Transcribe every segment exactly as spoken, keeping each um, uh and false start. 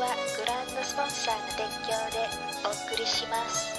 はグランドスポンサーの提供でお送りします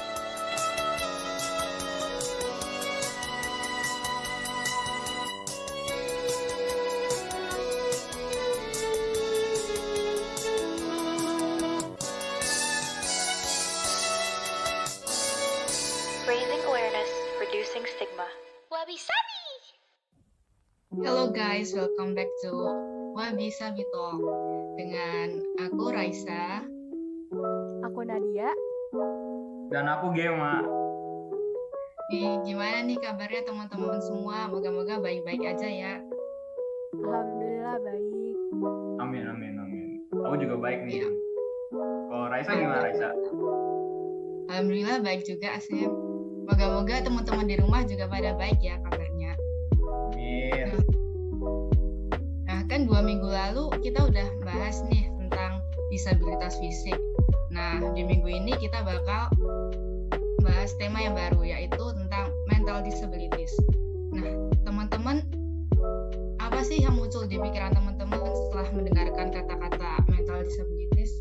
。Raising awareness, reducing stigma. Wabi Sabi! Hello guys, welcome back to Wabi Sabi Talk dengan aku Raisa, aku Nadia, dan aku Gema. Nih, gimana nih kabarnya teman-teman semua? Moga-moga baik-baik aja ya. Alhamdulillah baik. Amin, amin, amin. Aku juga baik nih. Ya. Kalau Raisa gimana Raisa? Alhamdulillah baik juga, Asim. Moga-moga teman-teman di rumah juga pada baik ya kabarnya. Amin. Nah, kan dua minggu lalu kita udah bahas nih tentang disabilitas fisik. Nah, di minggu ini kita bakal bahas tema yang baru, yaitu tentang mental disabilities. Nah, teman-teman, apa sih yang muncul di pikiran teman-teman setelah mendengarkan kata-kata mental disabilities?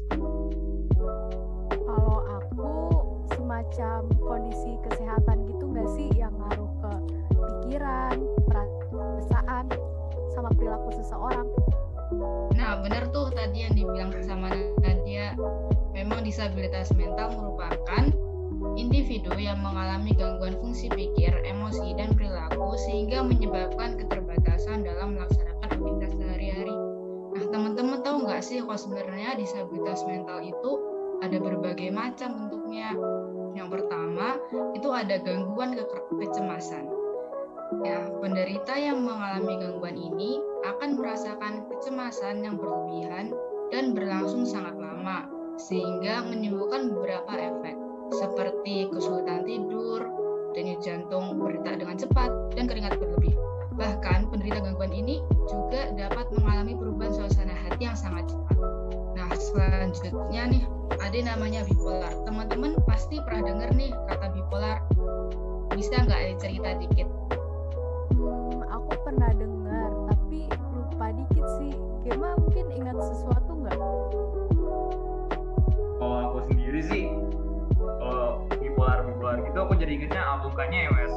Kalau aku semacam kondisi kesehatan gitu nggak sih yang ngaruh ke pikiran, perasaan, sama perilaku seseorang. Nah, benar tuh tadi yang dibilang sama Nadia. Memang disabilitas mental merupakan individu yang mengalami gangguan fungsi pikir, emosi, dan perilaku sehingga menyebabkan keterbatasan dalam melaksanakan aktivitas sehari-hari. Nah, teman-teman tahu nggak sih kalau sebenarnya disabilitas mental itu ada berbagai macam bentuknya. Yang pertama, itu ada gangguan ke- kecemasan. Ya, penderita yang mengalami gangguan ini akan merasakan kecemasan yang berlebihan dan berlangsung sangat lama, sehingga menimbulkan beberapa efek, seperti kesulitan tidur, denyut jantung berdetak dengan cepat, dan keringat berlebih. Bahkan, penderita gangguan ini juga dapat mengalami perubahan suasana hati yang sangat cepat. Nah, selanjutnya nih, ada namanya bipolar. Teman-teman pasti pernah dengar nih kata bipolar. Bisa nggak cerita dikit? Hmm, aku pernah dengar, tapi lupa dikit sih. Gema mungkin ingat sesuatu nggak? Kalau aku sendiri sih, kalau bipolar-bipolar gitu aku jadi ingetnya album Kanye West.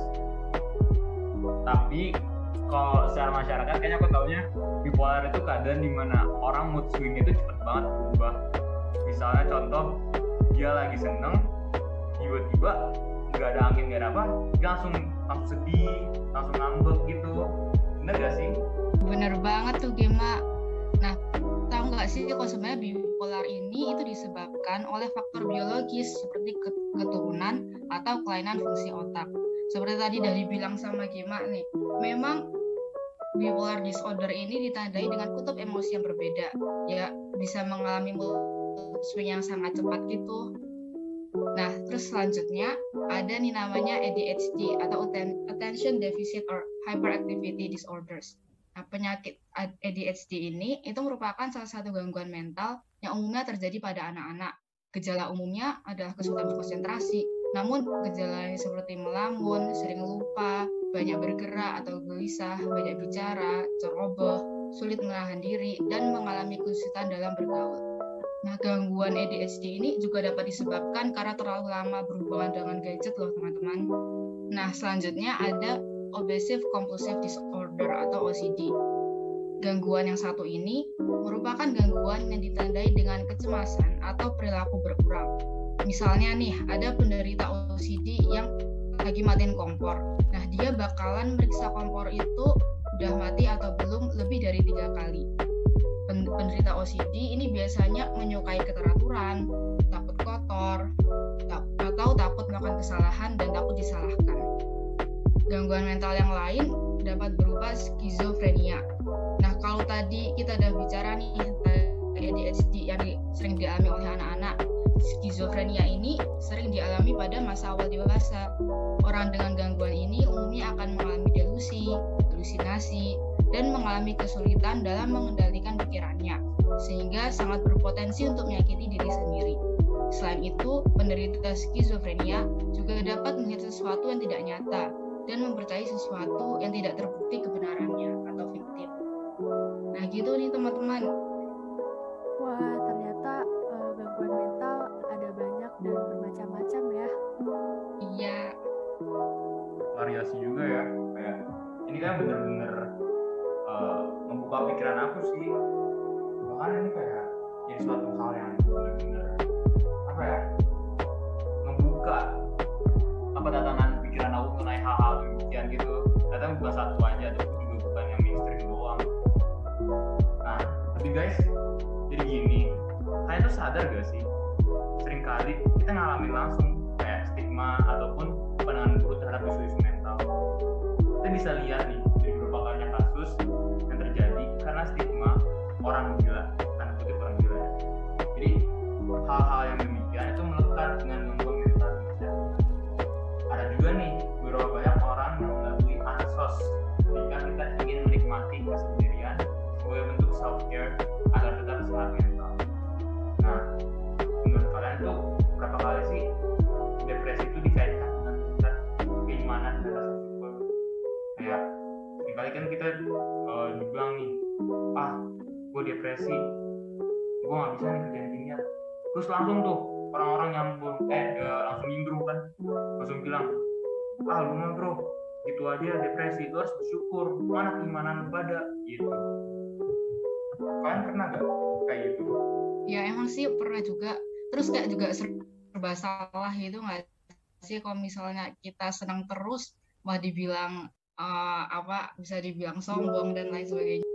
Tapi kalau secara masyarakat kayaknya aku taunya bipolar itu keadaan dimana orang mood swing itu cepet banget berubah. Misalnya contoh, dia lagi seneng, tiba-tiba nggak ada angin nggak ada apa, dia langsung langsung sedih, langsung ngambek gitu. Bener gak sih? Bener banget tuh Gema. Nah, tahu nggak sih kalau sebenarnya bipolar ini itu disebabkan oleh faktor biologis seperti keturunan atau kelainan fungsi otak. Seperti tadi udah dibilang sama Gema nih, memang bipolar disorder ini ditandai dengan kutub emosi yang berbeda. Ya, bisa mengalami mood swing yang sangat cepat gitu. Nah, terus selanjutnya ada nih namanya A D H D atau Attention Deficit or Hyperactivity Disorders. Nah, penyakit A D H D ini itu merupakan salah satu gangguan mental yang umumnya terjadi pada anak-anak. Gejala umumnya adalah kesulitan berkonsentrasi, namun gejala seperti melamun, sering lupa, banyak bergerak atau gelisah, banyak bicara, ceroboh, sulit menahan diri, dan mengalami kesulitan dalam bergaul. Nah, gangguan A D H D ini juga dapat disebabkan karena terlalu lama berhubungan dengan gadget loh teman-teman. Nah, selanjutnya ada Obsessive Compulsive Disorder atau O C D. Gangguan yang satu ini merupakan gangguan yang ditandai dengan kecemasan atau perilaku berkurang. Misalnya nih, ada penderita O C D yang lagi matiin kompor. Nah, dia bakalan meriksa kompor itu udah mati atau belum lebih dari tiga kali. Penderita O C D ini biasanya menyukai keteraturan, takut kotor, atau takut melakukan kesalahan dan takut disalahkan. Gangguan mental yang lain dapat berupa skizofrenia. Nah, kalau tadi kita udah bicara nih tentang A D H D yang sering dialami oleh anak-anak, skizofrenia ini sering dialami pada masa awal dewasa. Orang dengan gangguan ini umumnya akan mengalami delusi, halusinasi, dan mengalami kesulitan dalam mengendalikan pikirannya, sehingga sangat berpotensi untuk menyakiti diri sendiri. Selain itu, penderita skizofrenia juga dapat melihat sesuatu yang tidak nyata dan mempercayai sesuatu yang tidak terbukti kebenarannya atau fiktif. Nah gitu nih teman-teman. Wah, ternyata uh, juga ya, kayak ini kan bener-bener uh, membuka pikiran aku sih. Bahkan ini kayak jadi suatu hal yang bener-bener apa ya, membuka apa tatanan pikiran aku mengenai hal-hal demikian gitu. Ternyata bukan satu aja, tapi juga bukan yang mainstream doang. Nah, tapi guys, jadi gini, kalian tuh sadar gak sih, seringkali kita ngalamin langsung kayak stigma ataupun pandangan buruk terhadap isu-isu mental. Kita bisa lihat nih dari beberapa banyak kasus yang terjadi karena stigma orang gila, tanda kutip orang gila ya. Jadi hal-hal yang demikian itu melekat dengan gangguan mental masyarakat. Ada juga nih beberapa banyak orang yang melalui ansos ketika kita ingin menikmati kesendirian sebagai bentuk self care agar tetap sehat mental. Nah, menurut kalian tuh berapa kali sih depresi itu dikaitkan dengan tingkat keimanan dan rasa syukur? Kayak sekali kan kita uh, dibilang nih, ah gue depresi, gue nggak bisa nih kerjaan ginian, terus langsung tuh orang-orang nyambung, eh ya, langsung nimbrung kan, langsung bilang, ah lu mah bro, gitu aja depresi, lu harus bersyukur, mana keimanan lu pada, gitu. Kalian pernah gak kayak gitu? Ya emang sih pernah juga. Terus kayak juga serba salah gitu nggak sih kalau misalnya kita senang terus malah dibilang uh, apa bisa dibilang sombong dan lain sebagainya.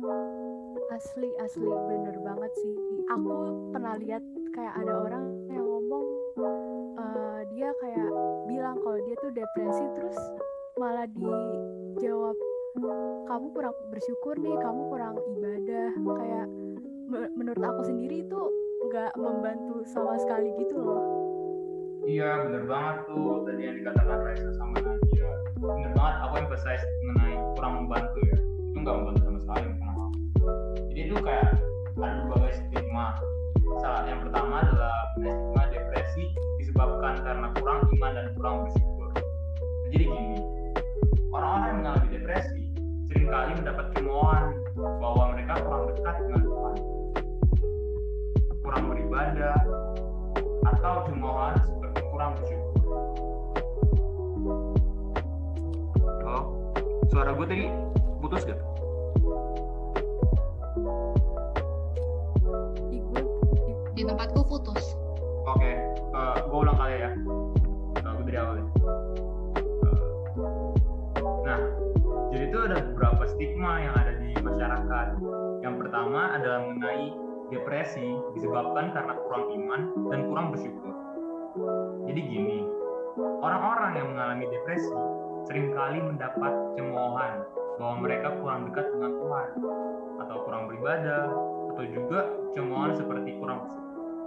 Asli asli bener banget sih. Aku pernah lihat kayak ada orang yang ngomong uh, dia kayak bilang kalau dia tuh depresi, terus malah dijawab kamu kurang bersyukur nih, kamu kurang ibadah. Kayak me- menurut aku sendiri itu nggak membantu sama sekali gitu loh. Iya bener banget tuh tadi yang dikatakan Raisa sama Nadia. Bener banget, aku emphasize mengenai kurang membantu ya. Itu nggak membantu sama sekali. Jadi itu kayak ada berbagai stigma. Salah yang pertama adalah stigma depresi disebabkan karena kurang iman dan kurang bersyukur. Nah, jadi gini, orang-orang yang mengalami depresi seringkali mendapat cemoohan bahwa mereka kurang dekat dengan Tuhan, kurang beribadah, atau cemoohan seperti kurang bersyukur. Oh, suara gue tadi putus gak? Di tempatku putus. Oke, okay. uh, gue ulang kali ya. Uh, gue dari awal ya. Uh, nah, jadi itu ada beberapa stigma yang ada di masyarakat. Yang pertama adalah mengenai depresi disebabkan karena kurang iman dan kurang bersyukur. Jadi gini, orang-orang yang mengalami depresi seringkali mendapat cemoohan bahwa mereka kurang dekat dengan Tuhan, atau kurang beribadah, atau juga cemoohan seperti kurang bersyukur.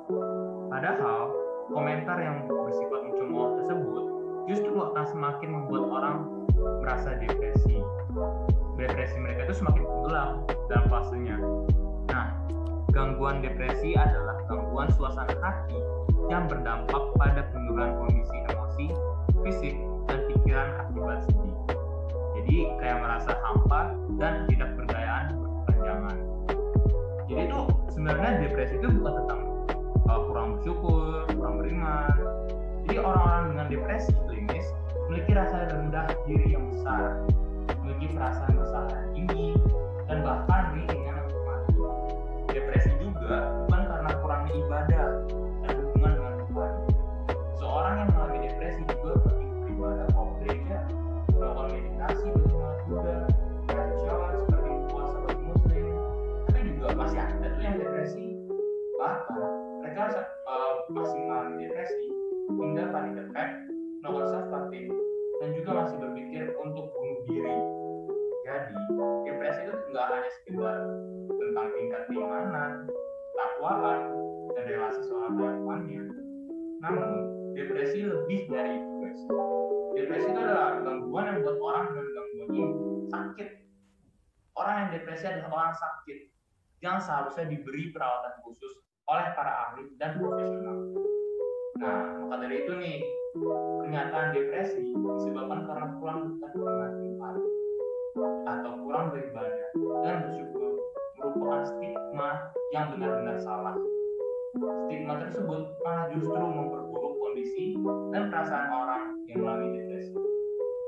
Padahal komentar yang bersifat mencemooh tersebut justru akan semakin membuat orang merasa depresi. Depresi mereka itu semakin tenggelam dalam fasenya. Nah, gangguan depresi adalah gangguan suasana hati yang berdampak pada penurunan kondisi emosi, fisik, dan pikiran akibat sedih. Jadi kayak merasa hampa dan tidak berdayaan berkepanjangan. Jadi itu sebenarnya depresi itu bukan tentang uh, kurang bersyukur, kurang beriman. Jadi orang-orang dengan depresi klinis memiliki rasa rendah diri yang besar, memiliki perasaan bersalah yang tinggi, dan bahkan ingin mati. Depresi juga bukan karena kurangnya ibadah dan hubungan dengan Tuhan. Seorang yang mengalami depresi juga pergi beribadah ke gereja, melakukan meditasi bersama Buddha, tradisional seperti puasa bagi Muslim, tapi juga masih ada tuh yang depresi. Bahkan mereka uh, masih mengalami depresi hingga panic attack, melakukan self-harm, dan juga masih berpikir untuk bunuh diri. Jadi depresi itu nggak hanya sekedar tentang tingkat keimanan, takwaan, dan relasi soal harapannya. Namun depresi lebih dari itu, guys. Depresi itu adalah gangguan yang membuat orang dengan gangguan ini sakit. Orang yang depresi adalah orang sakit yang seharusnya diberi perawatan khusus oleh para ahli dan profesional. Nah, maka dari itu nih, pernyataan depresi disebabkan karena kurang dekat dengan Tuhan atau kurang beribadah dan bersyukur merupakan stigma yang benar-benar salah. Stigma tersebut malah justru memperburuk kondisi dan perasaan orang yang mengalami depresi.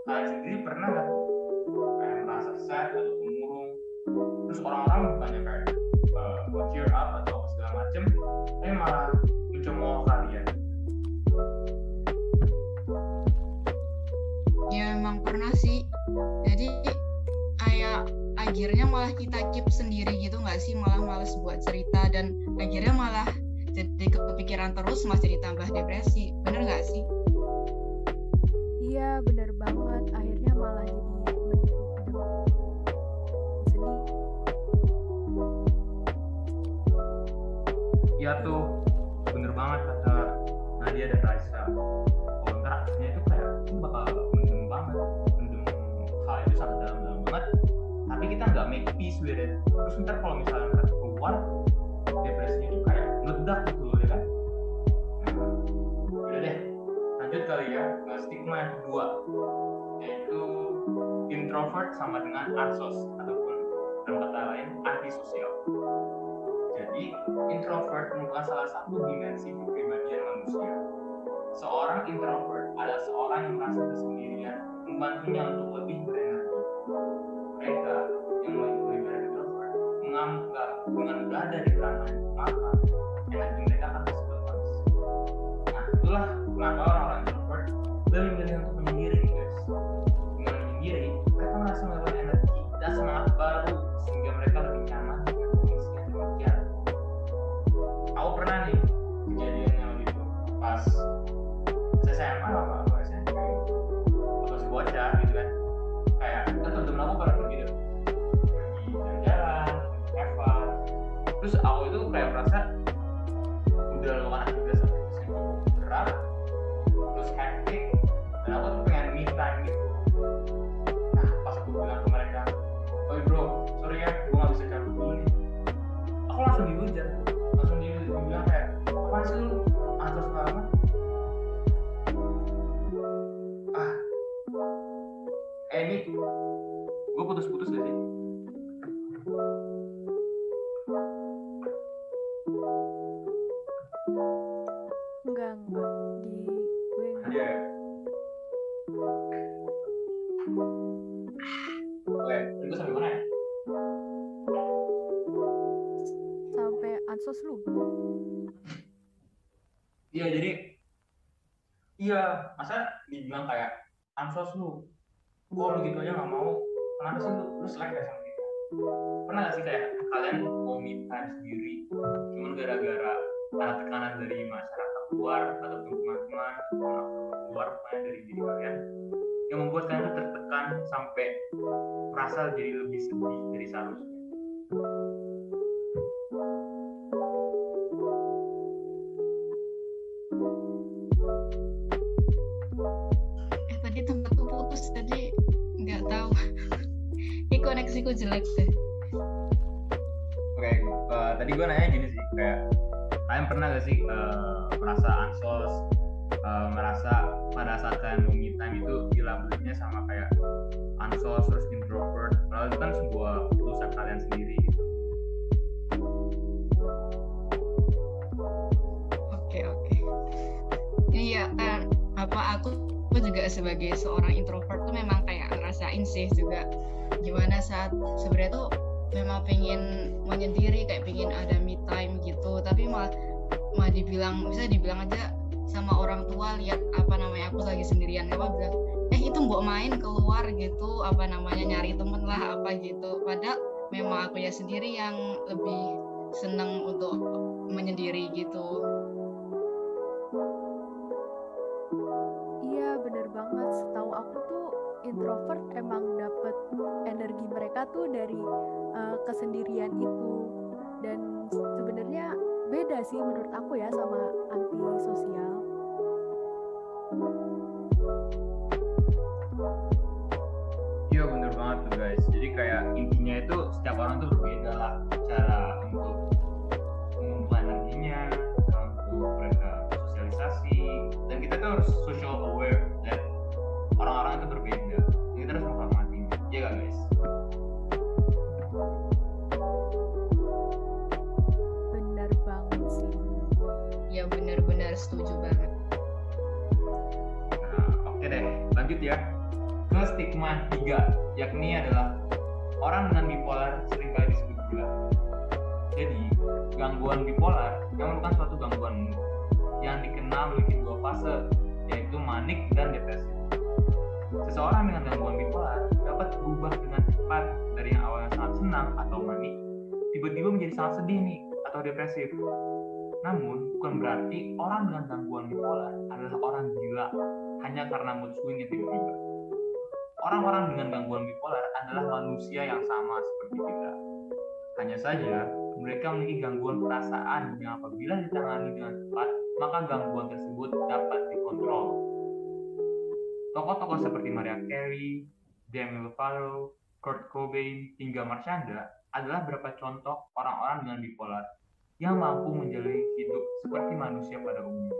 kalian sendiri pernah nggak kayak merasa sad atau murung, terus orang-orang bukannya kayak uh, cheer up atau segala macem, tapi malah mencemooh kalian? Ya emang pernah sih. Jadi kayak akhirnya malah kita keep sendiri gitu nggak sih, malah males buat cerita dan akhirnya malah jadi kepikiran terus, masih ditambah depresi. Bener nggak sih? Iya bener banget, akhirnya malah jadi sedih. Iya tuh, bener banget kata Nadia dan Raisa. Kalau ntar akhirnya itu kayak itu bakal mendem banget, mendem hal itu sangat dalam-dalam banget. Tapi kita nggak make peace with it. Terus ntar kalau misalnya nggak keluar, depresinya itu kayak meledak gitu ya kan. Nah, udah deh, lanjut kali ya ke stigma yang kedua, yaitu introvert sama dengan ansos ataupun dalam kata lain antisosial. Jadi introvert merupakan salah satu dimensi kepribadian manusia. Seorang introvert adalah seorang yang merasa kesendirian membantunya untuk lebih berenergi. Mereka yang lebih introvert menganggap dengan berada di keramaian maka energi mereka akan tersebut habis. Nah itulah kenapa orang-orang introvert lebih memilih untuk menyendiri guys. Dengan menyendiri mereka merasa mendapatkan energi dan semangat baru sehingga mereka lebih nyaman dengan kondisi yang demikian. Aku pernah nih kejadian yang gitu pas S M A apa apa S M P pas bocah gitu kan, kayak kan temen-temen aku pada pergi deh pergi jalan-jalan, have fun. Terus aku itu kayak merasa udah melakukan aktivitas aktivitas yang berat terus hectic dan aku tuh pengen me time gitu. Nah pas aku bilang ke mereka, oi bro sorry ya gue gak bisa cabut dulu nih, aku langsung dihujat, langsung dibilang kayak apaan sih lu ansos banget. Ah eh ini gue putus-putus gak sih? Enggak enggak di gue enggak. Iya. Oke, itu sampai mana ya? Sampai ansos lu. Iya jadi iya masa dibilang kayak ansos lu, kok lu gitu aja nggak mau, kenapa sih lu lu selek ya sama kita? Pernah nggak sih kayak kalian mau me time sendiri cuman gara-gara ada tekanan dari masyarakat luar atau teman-teman atau luar pokoknya dari diri kalian yang membuat kalian tuh tertekan sampai merasa jadi lebih sedih dari seharusnya? Eh tadi tempatku putus, tadi nggak tahu. Ini koneksiku jelek deh. Oke, uh, tadi gue nanya gini sih, kayak kalian pernah gak sih uh, merasa ansos, uh, merasa pada saat kalian mau me time itu dilabelnya sama kayak ansos terus introvert, padahal itu kan sebuah keputusan kalian sendiri gitu. Oke oke. Iya kan, apa aku aku juga sebagai seorang introvert tuh memang kayak ngerasain sih juga gimana saat sebenarnya tuh memang pengen menyendiri, kayak pengen ada me time gitu, tapi malah malah dibilang, bisa dibilang aja sama orang tua lihat apa namanya aku lagi sendirian, apa bilang eh itu mbok main keluar gitu, apa namanya nyari temen lah apa gitu, padahal memang aku ya sendiri yang lebih seneng untuk menyendiri gitu. Iya bener banget, setahu aku tuh introvert emang dapet energi mereka tuh dari uh, kesendirian itu, dan sebenarnya beda sih menurut aku ya sama antisosial. Iya bener banget tuh guys, jadi kayak intinya itu setiap orang tuh berbeda lah cara untuk mengumpulkan energinya, cara untuk mereka sosialisasi, dan kita tuh harus social aware dan orang-orang itu berbeda, kita harus menghormatinya, iya gak guys? Bener banget sih. Ya benar-benar setuju banget. Nah oke deh, lanjut ya ke stigma tiga, yakni adalah orang dengan bipolar seringkali disebut gila. Jadi, gangguan bipolar yang merupakan suatu gangguan mood yang dikenal memiliki dua fase, yaitu manik dan depresif. Seseorang dengan gangguan bipolar dapat berubah dengan cepat dari yang awalnya sangat senang atau manik, tiba-tiba menjadi sangat sedih nih atau depresif. Namun, bukan berarti orang dengan gangguan bipolar adalah orang gila hanya karena mood swing yang tiba-tiba. Orang-orang dengan gangguan bipolar adalah manusia yang sama seperti kita. Hanya saja, mereka memiliki gangguan perasaan yang apabila ditangani dengan cepat, maka gangguan tersebut dapat dikontrol. Tokoh-tokoh seperti Mariah Carey, Demi Lovato, Kurt Cobain, hingga Marshanda adalah beberapa contoh orang-orang dengan bipolar yang mampu menjalani hidup seperti manusia pada umumnya.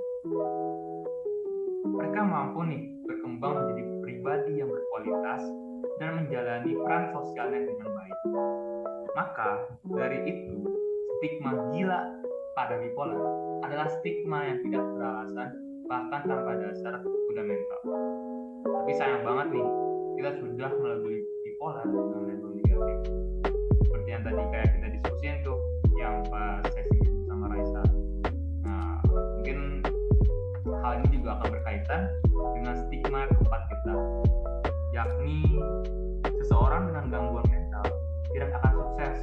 Mereka mampu nih berkembang menjadi pribadi yang berkualitas dan menjalani peran sosialnya dengan baik. Maka dari itu, stigma gila pada bipolar adalah stigma yang tidak beralasan bahkan tanpa dasar fundamental. Tapi sayang banget nih, kita sudah melalui bipolar dengan label negatif. Seperti yang tadi kayak kita diskusiin tuh, yang pas sesi sama Raisa. Nah, mungkin hal ini juga akan berkaitan dengan stigma keempat kita, yakni seseorang dengan gangguan mental tidak akan sukses.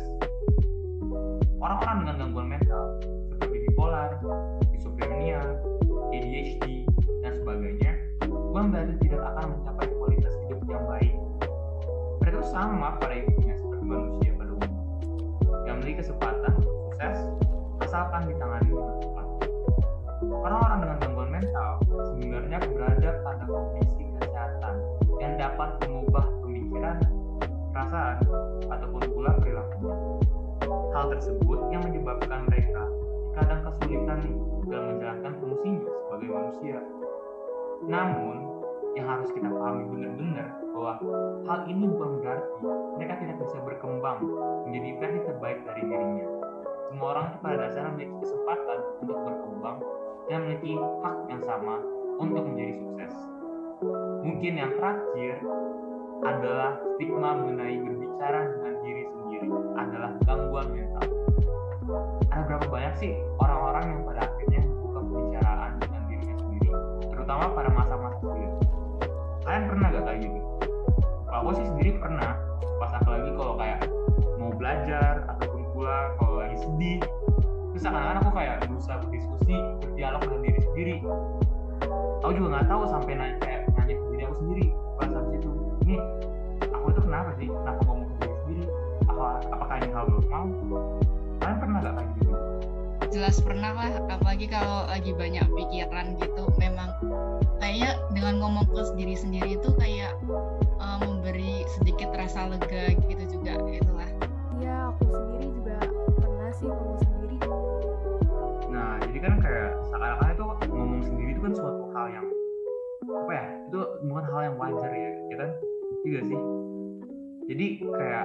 Orang-orang dengan gangguan mental seperti bipolar, schizophrenia, A D H D, dan sebagainya bukan berarti tidak akan mencapai kualitas hidup yang baik. Mereka sama pada intinya seperti manusia pada umumnya yang memiliki kesempatan untuk sukses asalkan ditangani dengan tepat. Orang-orang dengan gangguan mental sebenarnya berada pada kondisi kesehatan yang dapat mengubah pemikiran, perasaan, ataupun pula perilakunya. Hal tersebut yang menyebabkan mereka kadang kesulitan nih dalam menjalankan fungsinya sebagai manusia. Namun, yang harus kita pahami benar-benar bahwa hal ini bukan berarti mereka tidak bisa berkembang menjadi versi terbaik dari dirinya. Semua orang pada dasarnya memiliki kesempatan untuk berkembang dan memiliki hak yang sama untuk menjadi sukses. Mungkin yang terakhir adalah stigma mengenai berbicara dengan diri sendiri adalah gangguan mental. Ada berapa banyak sih orang-orang yang pada akhirnya membuka pembicaraan dengan dirinya sendiri, terutama pada masa-masa sulit. Kalian pernah gak kayak gitu? Kalau aku sih sendiri pernah, pas aku lagi kalau kayak mau belajar ataupun pula kalau lagi sedih, terus seakan-akan aku kayak berusaha berdiskusi, berdialog dengan diri sendiri. Aku juga nggak tahu sampai nanya kayak nanya ke diri aku sendiri pas habis itu, ini aku itu kenapa sih? Kenapa ngomong ke diri sendiri? Apa, apakah ini hal normal? Kalian pernah gak kayak gitu? Jelas pernah lah, apalagi kalau lagi banyak pikiran gitu. Memang kayaknya dengan ngomong ke diri sendiri itu kayak uh, memberi sedikit rasa lega gitu juga, itulah. Iya, aku sendiri juga pernah sih ngomong sendiri. Nah, jadi kan kayak seakan-akan itu ngomong sendiri itu kan suatu hal yang apa ya? Itu bukan hal yang wajar ya, ya kan? Iya sih. Jadi kayak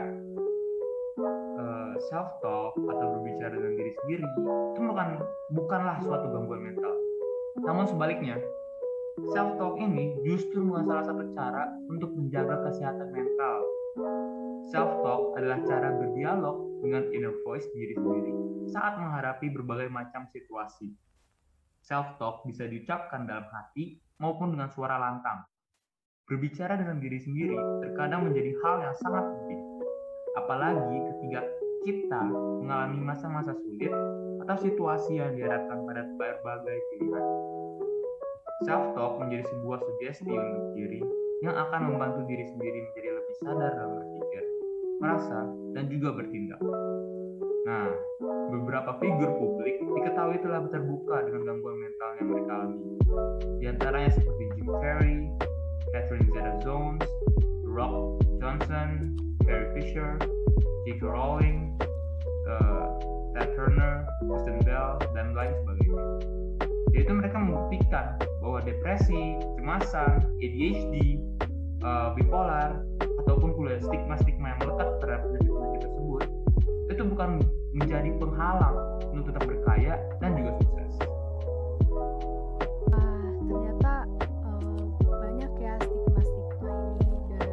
uh, self talk atau berbicara dengan diri sendiri itu bukan bukanlah suatu gangguan mental. Namun sebaliknya, self talk ini justru bukan salah satu cara untuk menjaga kesehatan mental. Self talk adalah cara berdialog dengan inner voice diri sendiri saat menghadapi berbagai macam situasi. Self talk bisa diucapkan dalam hati maupun dengan suara lantang. Berbicara dengan diri sendiri terkadang menjadi hal yang sangat penting, apalagi ketika kita mengalami masa-masa sulit atau situasi yang dihadapkan pada berbagai pilihan. Self-talk menjadi sebuah sugesti untuk diri yang akan membantu diri sendiri menjadi lebih sadar dalam berpikir, merasa, dan juga bertindak. Nah, beberapa figur publik diketahui telah terbuka dengan gangguan mental yang mereka alami. Di antaranya seperti Jim Carrey, Catherine Zeta-Jones, Rock Johnson, Carrie Fisher, J K Rowling, uh, Ted Turner, Kristen Bell, dan lain sebagainya. Yaitu mereka membuktikan bahwa depresi, kecemasan, A D H D, uh, bipolar, ataupun pula stigma-stigma yang melekat terhadap penyakit-penyakit tersebut itu bukan menjadi penghalang untuk tetap berkaya dan juga sukses. Ah, ternyata uh, banyak ya stigma-stigma ini dan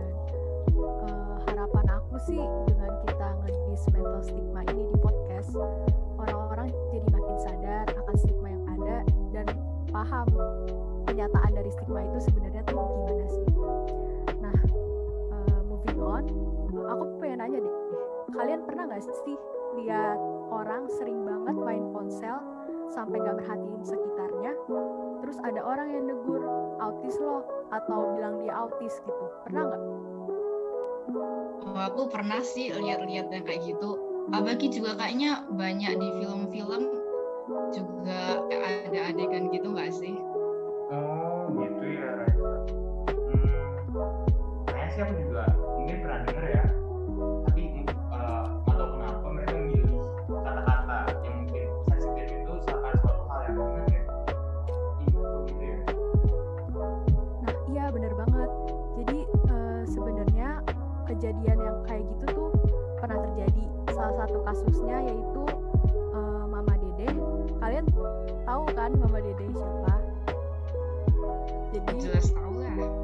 sih dengan kita ngedis mental stigma ini di podcast, orang-orang jadi makin sadar akan stigma yang ada dan paham kenyataan dari stigma itu sebenarnya tuh gimana sih. Nah, uh, moving on, aku pengen nanya deh, kalian pernah gak sih lihat orang sering banget main ponsel sampai gak merhatiin sekitarnya, terus ada orang yang negur, autis loh, atau bilang dia autis gitu, pernah gak? Oh, aku pernah sih lihat-lihat yang kayak gitu. Apalagi juga kayaknya banyak di film-film juga ada adegan gitu nggak sih? Oh gitu ya Raisa. Hmm, kayaknya sih aku juga mungkin pernah denger ya. Tapi uh, atau kenapa mereka memilih kata-kata yang mungkin sensitif itu seakan suatu hal yang ringan ya. Itu gitu ya. Nah iya benar banget. Jadi uh, sebenarnya kejadian yang kayak gitu tuh pernah terjadi. Salah satu kasusnya yaitu uh, Mama Dede. Kalian tahu kan Mama Dede siapa? Jadi Jelas tahu lah. ya.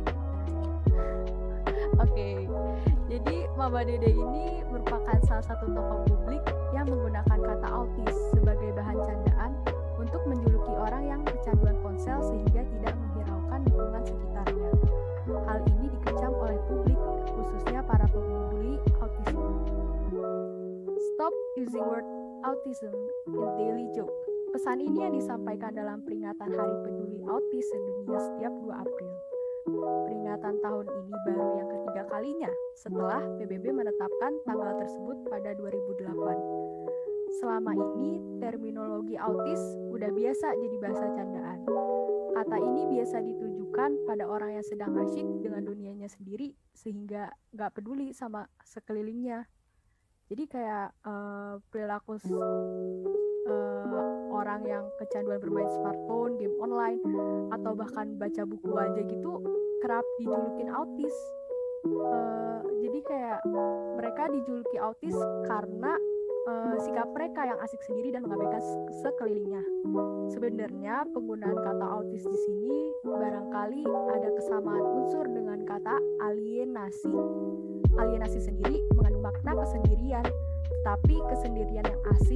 Oke, jadi Mama Dede ini merupakan salah satu tokoh publik yang menggunakan kata autis sebagai bahan candaan untuk menjuluki orang yang kecanduan ponsel sehingga tidak menghiraukan lingkungan sekitarnya. Hal ini dikecam oleh publik, khususnya para pembuli autisme. Stop using word autism in daily joke. Pesan ini yang disampaikan dalam peringatan Hari Peduli Autis sedunia setiap dua April. Peringatan tahun ini baru yang ketiga kalinya setelah P B B menetapkan tanggal tersebut pada dua ribu delapan. Selama ini, terminologi autis udah biasa jadi bahasa candaan. Kata ini biasa ditujukan pada orang yang sedang asyik dengan dunianya sendiri sehingga gak peduli sama sekelilingnya. Jadi kayak uh, perilaku uh, orang yang kecanduan bermain smartphone, game online, atau bahkan baca buku aja gitu kerap dijulukin autis. Uh, jadi kayak mereka dijuluki autis karena uh, sikap mereka yang asik sendiri dan mengabaikan sekelilingnya. Sebenarnya penggunaan kata autis di sini barangkali ada kesamaan unsur dengan kata alienasi. Alienasi sendiri mengandung makna kesendirian, tetapi kesendirian yang asing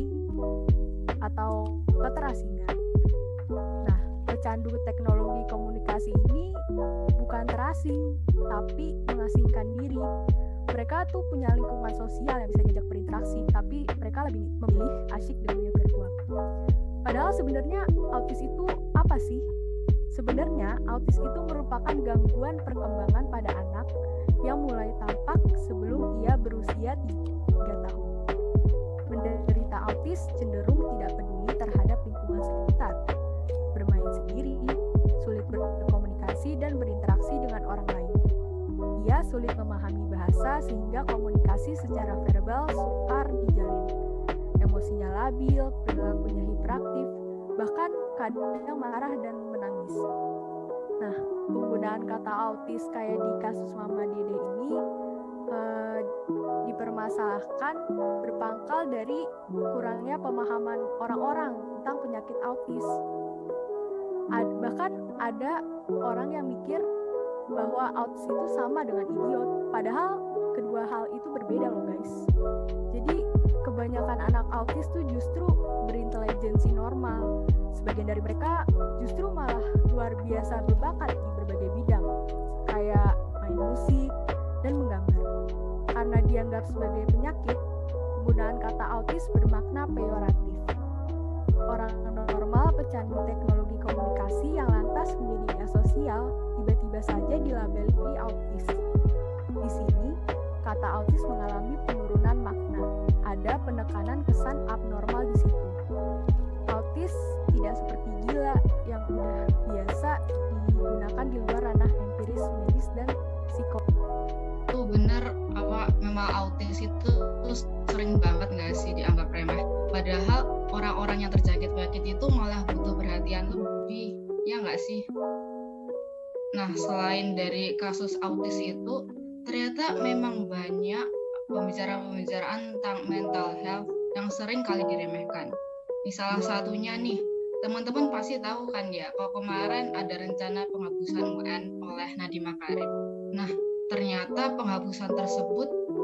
atau keterasingan. Nah, pecandu teknologi komunikasi ini bukan terasing, tapi mengasingkan diri. Mereka tuh punya lingkungan sosial yang bisa diajak berinteraksi, tapi mereka lebih memilih asyik dengan dunia virtual. Padahal sebenarnya autis itu apa sih? Sebenarnya autis itu merupakan gangguan perkembangan pada anak yang mulai tampak sebelum ia berusia tiga tahun. Menderita autis cenderung tidak peduli terhadap lingkungan sekitar, bermain sendiri, sulit berkomunikasi dan berinteraksi dengan orang lain. Ia sulit memahami bahasa sehingga komunikasi secara verbal sukar dijalin. Emosinya labil, perilakunya hiperaktif, bahkan kadang marah dan menangis. Nah, penggunaan kata autis kayak di kasus Mama Dede ini eh, dipermasalahkan berpangkal dari kurangnya pemahaman orang-orang tentang penyakit autis. Ad, bahkan ada orang yang mikir bahwa autis itu sama dengan idiot, padahal kedua hal itu berbeda loh guys. Jadi kebanyakan anak autis tuh justru berintelijensi normal. Sebagian dari mereka justru malah luar biasa berbakat di berbagai bidang, kayak main musik dan menggambar. Karena dianggap sebagai penyakit, penggunaan kata autis bermakna peyoratif. Orang normal pecandu teknologi komunikasi yang lantas menjadi asosial tiba-tiba saja dilabeli autis. Di sini, kata autis mengalami penurunan makna. Ada penekanan kesan abnormal di situ. Autis tidak seperti gila yang udah biasa digunakan di luar ranah empiris medis dan psikologi. Tuh bener, apa memang autis itu tuh sering banget nggak sih dianggap remeh. Padahal orang-orang yang terjangkit penyakit itu malah butuh perhatian lebih, ya nggak sih? Nah, selain dari kasus autis itu, ternyata memang banyak pembicaraan-pembicaraan tentang mental health yang sering kali diremehkan. Nih, salah satunya nih, teman-teman pasti tahu kan ya, kalau kemarin ada rencana penghapusan U N oleh Nadiem Makarim. Nah, ternyata penghapusan tersebut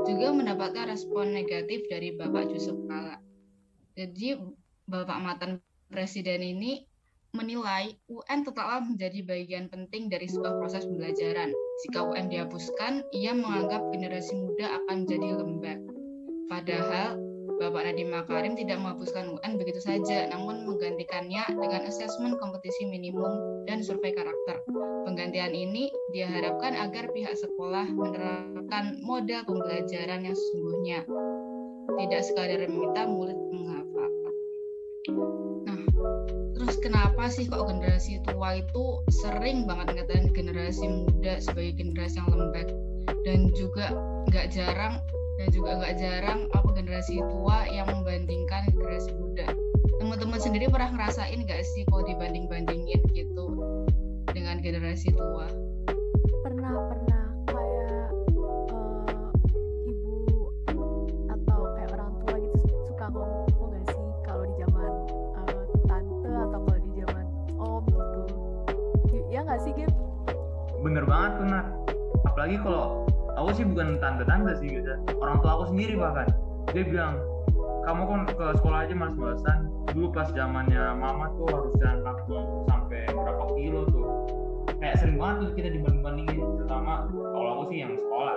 juga mendapatkan respon negatif dari Bapak Yusuf Kala. Jadi Bapak mantan Presiden ini menilai U N tetaplah menjadi bagian penting dari sebuah proses pembelajaran. Jika U N dihapuskan, ia menganggap generasi muda akan menjadi lembek. Padahal Bapak Nadiem Makarim tidak menghapuskan U N begitu saja, namun menggantikannya dengan asesmen kompetisi minimum dan survei karakter. Penggantian ini diharapkan agar pihak sekolah menerapkan model pembelajaran yang sesungguhnya, tidak sekadar meminta murid menghafal. Nah, terus kenapa sih kok generasi tua itu sering banget ngatain generasi muda sebagai generasi yang lembek, dan juga nggak jarang dan juga nggak jarang apa generasi tua yang membandingkan generasi muda. Teman-teman sendiri pernah ngerasain nggak sih kalau dibanding-bandingin gitu dengan generasi tua? Pernah pernah kayak uh, ibu atau kayak orang tua gitu suka ngomong nggak sih kalau di zaman uh, tante atau kalau di zaman om gitu, ya nggak sih Gem? Bener banget tuh Nat, apalagi kalau aku sih bukan tante-tante sih gitu, orang tua aku sendiri bahkan dia bilang, kamu kan ke sekolah aja males-malesan, dulu pas zamannya mama tuh harus jalan kaki sampai berapa kilo tuh, kayak sering banget tuh kita dibanding-bandingin, terutama kalau aku sih yang sekolah.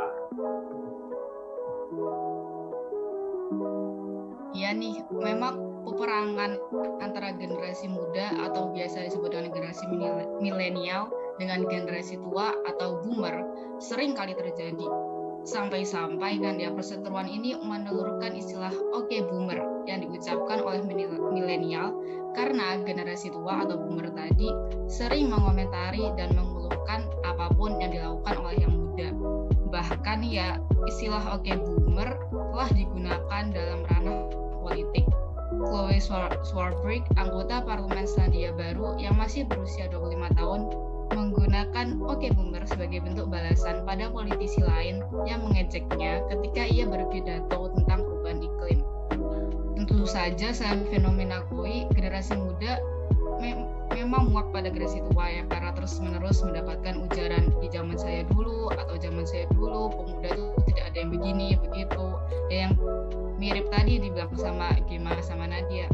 Iya nih, memang peperangan antara generasi muda atau biasa disebut dengan generasi milenial dengan generasi tua atau boomer sering kali terjadi. Sampai-sampai kan ya perseteruan ini menelurkan istilah oke okay, boomer yang diucapkan oleh milenial karena generasi tua atau boomer tadi sering mengomentari dan mengeluhkan apapun yang dilakukan oleh yang muda. Bahkan ya istilah oke okay, boomer telah digunakan dalam ranah politik. Chloe Swarbrick, anggota parlemen Selandia Baru yang masih berusia dua puluh lima tahun, menggunakan Oke Boomer sebagai bentuk balasan pada politisi lain yang mengejeknya ketika ia berpidato tentang perubahan iklim. Tentu saja selain fenomena Chloe, generasi muda me- memang muak pada generasi tua ya, karena terus-menerus mendapatkan ujaran di zaman saya dulu atau zaman saya dulu pemuda itu tidak ada yang begini begitu, ya yang mirip tadi dibilang sama Gema sama Nadia.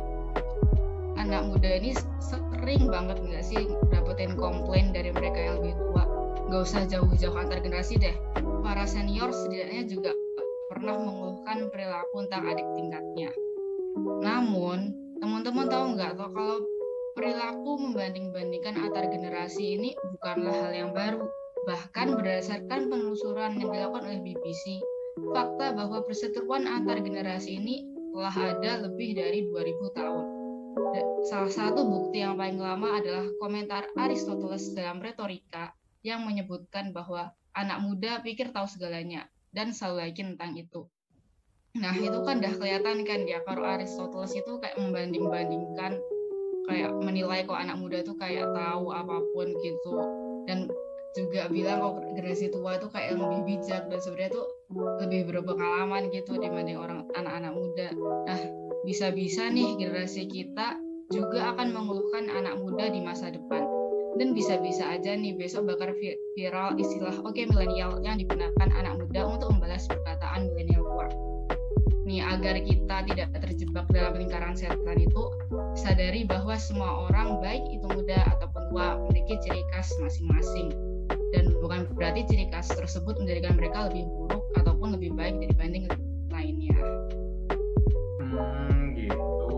Anak muda ini sering banget nggak sih dapetin komplain dari mereka yang lebih tua. Nggak usah jauh-jauh antar generasi deh, para senior setidaknya juga pernah mengeluhkan perilaku tentang adik tingkatnya. Namun teman-teman tahu nggak toh kalau perilaku membanding-bandingkan antar generasi ini bukanlah hal yang baru. Bahkan berdasarkan penelusuran yang dilakukan oleh B B C, fakta bahwa perseteruan antar generasi ini telah ada lebih dari dua ribu tahun. Salah satu bukti yang paling lama adalah komentar Aristoteles dalam Retorika yang menyebutkan bahwa anak muda pikir tahu segalanya dan selalu yakin tentang itu. Nah itu kan udah kelihatan kan ya kalau Aristoteles itu kayak membanding-bandingkan, kayak menilai kok anak muda tuh kayak tahu apapun gitu, dan juga bilang kalau generasi tua itu kayak lebih bijak dan sebenarnya tuh lebih berpengalaman gitu dibanding orang anak-anak muda. Nah bisa-bisa nih generasi kita juga akan mengeluhkan anak muda di masa depan, dan bisa-bisa aja nih besok bakal viral istilah oke okay, milenial yang digunakan anak muda untuk membalas perkataan milenial tua. Nih agar kita tidak terjebak dalam lingkaran setan itu, sadari bahwa semua orang baik itu muda ataupun tua memiliki ciri khas masing-masing, dan bukan berarti ciri khas tersebut menjadikan mereka lebih buruk ataupun lebih baik dibanding lainnya. Hmm, gitu.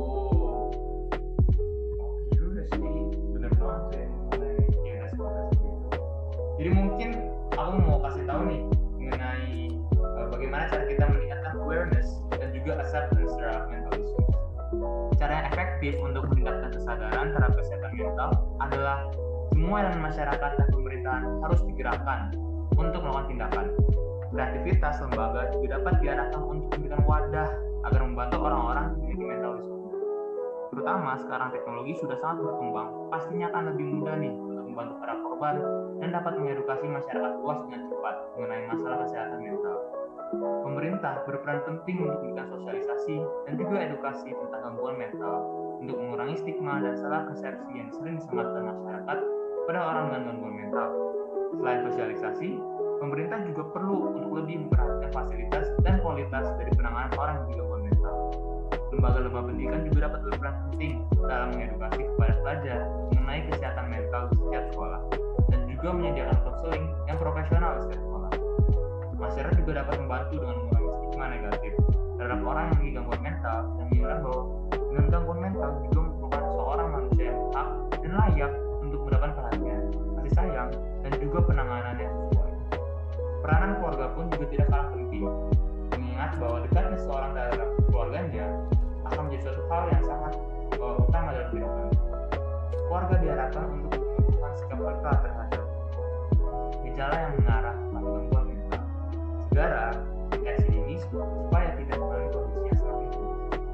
Oke juga sih, bener banget ya mengenai generasi-generasi gitu. Jadi mungkin aku mau kasih tahu nih mengenai uh, bagaimana cara kita meningkatkan awareness dan juga acceptance terhadap mental issues. Cara yang efektif untuk meningkatkan kesadaran terhadap kesehatan mental adalah semua elemen masyarakat dan pemerintahan harus digerakkan untuk melakukan tindakan. Kreativitas lembaga juga dapat diarahkan untuk memberikan wadah agar membantu orang-orang yang memiliki mental disorder. Terutama sekarang teknologi sudah sangat berkembang, pastinya akan lebih mudah nih untuk membantu para korban dan dapat mengedukasi masyarakat luas dengan cepat mengenai masalah kesehatan mental. Pemerintah berperan penting untuk memberikan sosialisasi dan juga edukasi tentang gangguan mental untuk mengurangi stigma dan salah persepsi yang sering disematkan masyarakat pada orang dengan gangguan mental. Selain sosialisasi, pemerintah juga perlu untuk lebih memperhatikan fasilitas dan kualitas dari penanganan orang yang gangguan mental. Lembaga-lembaga pendidikan juga dapat berperan penting dalam mengedukasi kepada pelajar mengenai kesehatan mental di setiap sekolah dan juga menyediakan konseling yang profesional di setiap sekolah. Masyarakat juga dapat membantu dengan mengurangi stigma negatif terhadap orang yang memiliki gangguan mental dan mengingat bahwa dengan gangguan mental juga merupakan seorang manusia yang hak dan layak untuk mendapat perhatian, kasih sayang, dan juga penanganan yang sesuai. Peranan keluarga pun juga tidak kalah penting, mengingat bahwa dekatnya seorang dalam keluarganya akan menjadi suatu hal yang sangat uh, utama dalam kehidupan. Keluarga diharapkan untuk menentukan sikap mereka terhadap gejala yang mengarah pada gangguan mental, segera deteksi dini supaya tidak mengalami kondisi yang seperti itu.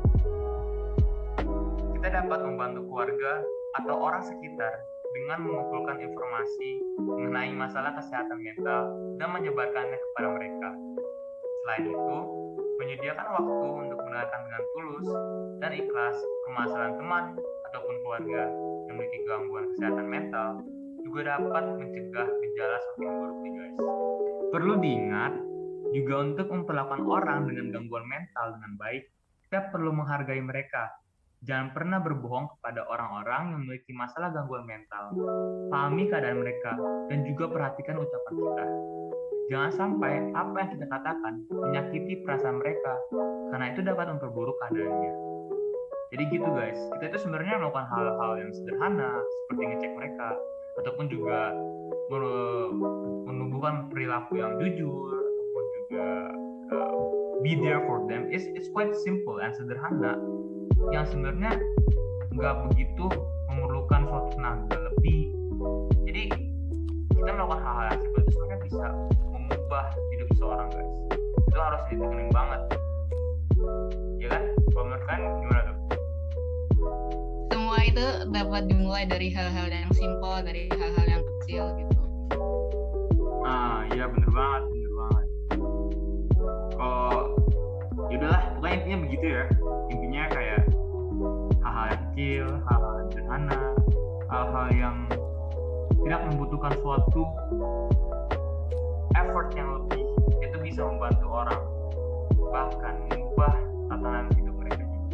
Kita dapat membantu keluarga atau orang sekitar dengan mengumpulkan informasi mengenai masalah kesehatan mental dan menyebarkannya kepada mereka. Selain itu, menyediakan waktu untuk mendengarkan dengan tulus dan ikhlas permasalahan teman ataupun keluarga yang memiliki gangguan kesehatan mental juga dapat mencegah gejala semakin buruk nih guys. Perlu diingat, juga untuk memperlakukan orang dengan gangguan mental dengan baik, kita perlu menghargai mereka. Jangan pernah berbohong kepada orang-orang yang memiliki masalah gangguan mental. Pahami keadaan mereka dan juga perhatikan ucapan kita. Jangan sampai apa yang kita katakan menyakiti perasaan mereka, karena itu dapat memperburuk keadaannya. Jadi gitu guys, kita itu sebenarnya melakukan hal-hal yang sederhana seperti ngecek mereka, ataupun juga menumbuhkan perilaku yang jujur, ataupun juga uh, be there for them. It's, it's quite simple and sederhana, yang sebenarnya nggak begitu memerlukan suatu tenaga lebih. Jadi kita melakukan hal-hal yang simpel itu sebenarnya bisa mengubah hidup seseorang guys. Itu harus ditekenin banget, ya kan? Kalau menurut kalian gimana tuh? Semua itu dapat dimulai dari hal-hal yang simpel, dari hal-hal yang kecil gitu. Ah iya bener banget, bener banget. Kalau yaudahlah, pokoknya intinya begitu ya. Intinya kayak hal-hal yang kecil, hal-hal yang sederhana, hal-hal yang tidak membutuhkan suatu effort yang lebih, itu bisa membantu orang, bahkan mengubah tatanan hidup mereka juga.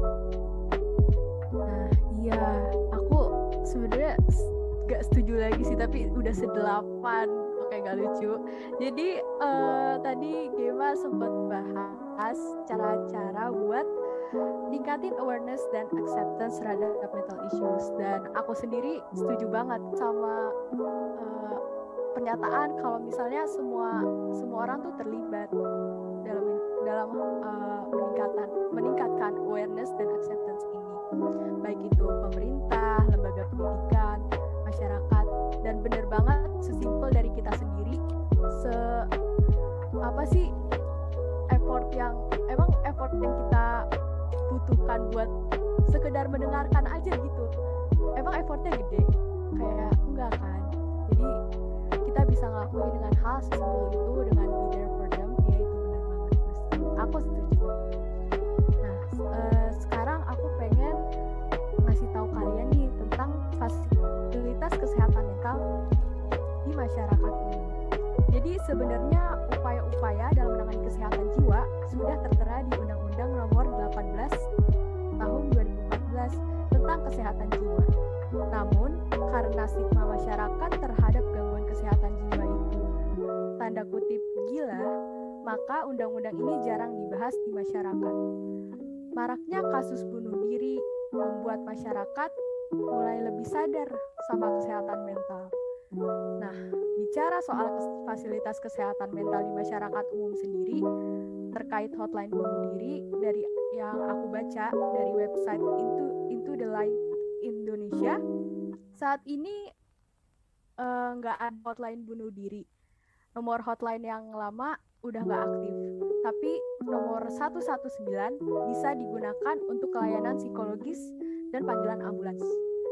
Nah iya, aku sebenarnya gak setuju lagi sih, tapi udah sedelapan, oke gak lucu. Jadi uh, tadi Gema sempat bahas cara-cara buat ningkatin awareness dan acceptance terhadap mental issues, dan aku sendiri setuju banget sama uh, pernyataan kalau misalnya semua semua orang tuh terlibat dalam dalam uh, meningkatkan meningkatkan awareness dan acceptance ini, baik itu pemerintah, lembaga pendidikan, masyarakat, dan bener banget sesimpel dari kita sendiri, se apa sih effort yang emang effort yang kita butuhkan buat sekedar mendengarkan aja gitu, emang effortnya gede? Kayak enggak kan? Jadi kita bisa ngelakuin dengan hal sesimpel itu, dengan be there for them, ya itu benar banget mas, aku setuju. Nah uh, sekarang aku pengen ngasih tahu kalian nih tentang fasilitas kesehatan mental di masyarakat umum. Jadi sebenarnya upaya-upaya dalam menangani kesehatan jiwa sudah tertera di Undang-Undang Nomor delapan belas Tahun dua ribu empat belas tentang kesehatan jiwa. Namun, karena stigma masyarakat terhadap gangguan kesehatan jiwa itu tanda kutip gila, maka undang-undang ini jarang dibahas di masyarakat. Maraknya kasus bunuh diri membuat masyarakat mulai lebih sadar sama kesehatan mental. Nah, bicara soal kes- fasilitas kesehatan mental di masyarakat umum sendiri, terkait hotline bunuh diri dari yang aku baca dari website Into Into the Light Indonesia, saat ini nggak uh, ada hotline bunuh diri. Nomor hotline yang lama udah nggak aktif, tapi nomor satu satu sembilan bisa digunakan untuk layanan psikologis dan panggilan ambulans.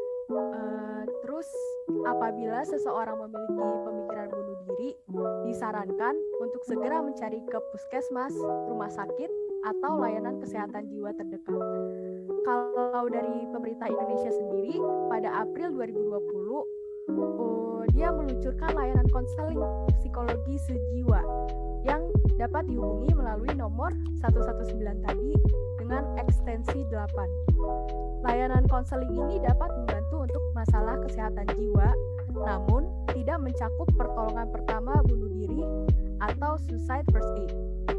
Uh, terus apabila seseorang memiliki pemikiran bunuh diri, disarankan untuk segera mencari ke puskesmas, rumah sakit, atau layanan kesehatan jiwa terdekat. Kalau dari pemerintah Indonesia sendiri, pada April dua ribu dua puluh uh, dia meluncurkan layanan konseling psikologi sejiwa yang dapat dihubungi melalui nomor satu satu sembilan tadi dengan ekstensi delapan. Layanan konseling ini dapat membantu untuk masalah kesehatan jiwa, namun tidak mencakup pertolongan pertama bunuh diri atau suicide first aid.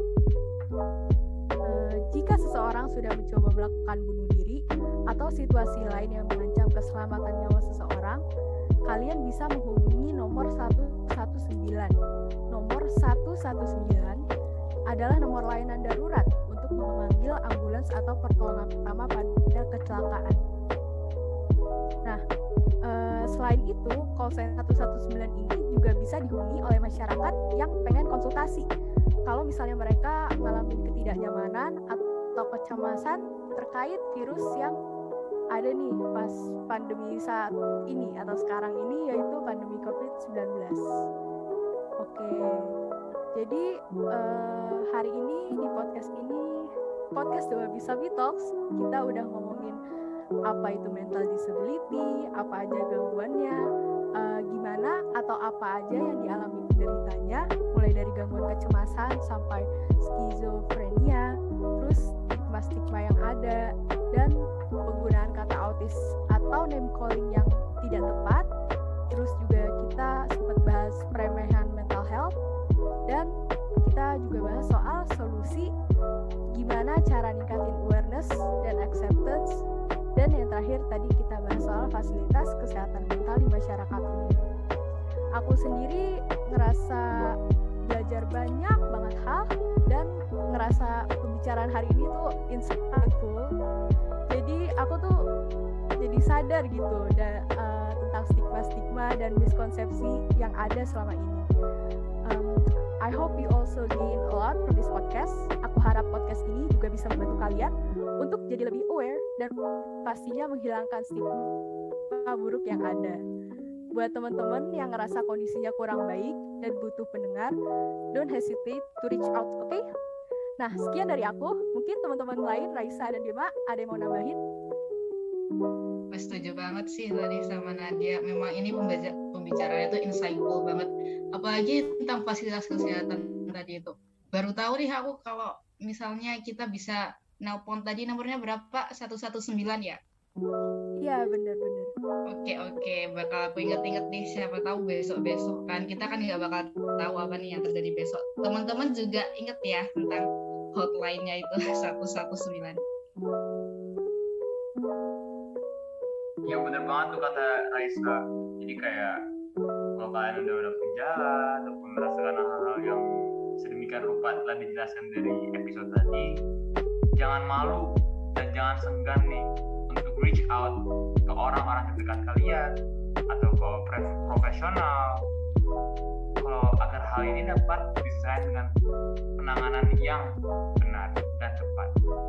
E, jika seseorang sudah mencoba melakukan bunuh diri atau situasi lain yang mengancam keselamatan nyawa seseorang, kalian bisa menghubungi nomor satu satu sembilan. Nomor satu satu sembilan adalah nomor layanan darurat untuk memanggil ambulans atau pertolongan pertama pada kecelakaan. Nah, eh, selain itu, call center satu satu sembilan ini juga bisa dihubungi oleh masyarakat yang pengen konsultasi. Kalau misalnya mereka mengalami ketidaknyamanan atau kecemasan terkait virus yang ada nih pas pandemi saat ini atau sekarang ini, yaitu pandemi covid sembilan belas. Oke, jadi uh, hari ini di podcast ini, podcast The Wabi Sabi Talks, kita udah ngomongin apa itu mental disability, apa aja gangguannya, uh, gimana atau apa aja yang dialami penderitanya, mulai dari gangguan kecemasan sampai skizofrenia, terus stigma-stigma yang ada, dan penggunaan kata autis atau name calling yang tidak tepat. Terus juga kita sempat bahas peremehan mental health, dan kita juga bahas soal solusi gimana cara ningkatin awareness dan acceptance, dan yang terakhir tadi kita bahas soal fasilitas kesehatan mental di masyarakat umum. Aku sendiri ngerasa belajar banyak banget hal dan ngerasa pembicaraan hari ini tuh insightful. Jadi aku tuh jadi sadar gitu da, uh, tentang stigma-stigma dan miskonsepsi yang ada selama ini. Um, I hope you also gain a lot from this podcast. Aku harap podcast ini juga bisa membantu kalian untuk jadi lebih aware dan pastinya menghilangkan stigma buruk yang ada. Buat teman-teman yang ngerasa kondisinya kurang baik dan butuh pendengar, don't hesitate to reach out, oke? Okay? Nah, sekian dari aku. Mungkin teman-teman lain, Raisa dan Bima, ada yang mau nambahin? Setuju banget sih tadi sama Nadia. Memang ini pembicaranya tuh insightful banget. Apalagi tentang fasilitas kesehatan tadi itu. Baru tahu nih aku kalau misalnya kita bisa nelpon tadi nomornya berapa? satu satu sembilan ya? Iya, benar-benar. Oke, oke. Bakal aku inget-inget nih, siapa tahu besok-besok kan. Kita kan nggak bakal tahu apa nih yang terjadi besok. Teman-teman juga inget ya tentang hotline-nya itu satu satu sembilan. Ya bener banget tuh kata Raisa. Jadi kayak kalau kalian udah udah gejala ataupun merasakan hal-hal yang sedemikian rupa telah dijelaskan dari episode tadi, jangan malu dan jangan senggan nih untuk reach out ke orang-orang terdekat kalian atau ke profesional kalau agar hal ini dapat diselesaikan dengan penanganan yang benar dan tepat.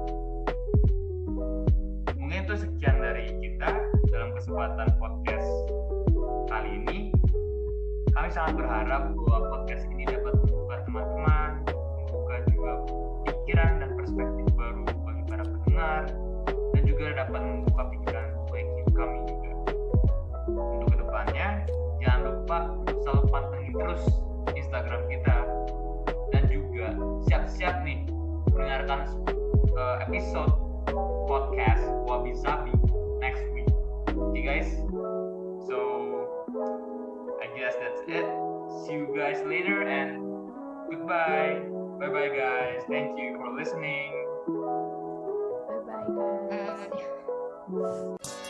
Mungkin itu sekian dari kita dalam kesempatan podcast kali ini. Kami sangat berharap bahwa podcast ini dapat membuka teman-teman, membuka juga pikiran dan perspektif baru bagi para pendengar, dan juga dapat membuka pikiran bagi kami juga. Untuk kedepannya, jangan lupa selalu pantengin terus Instagram kita, dan juga siap-siap nih mendengarkan uh, episode podcast Wabi Sabi next week. Okay guys, so I guess that's it. See you guys later and goodbye. Bye bye guys. Thank you for listening. Bye bye guys. Uh,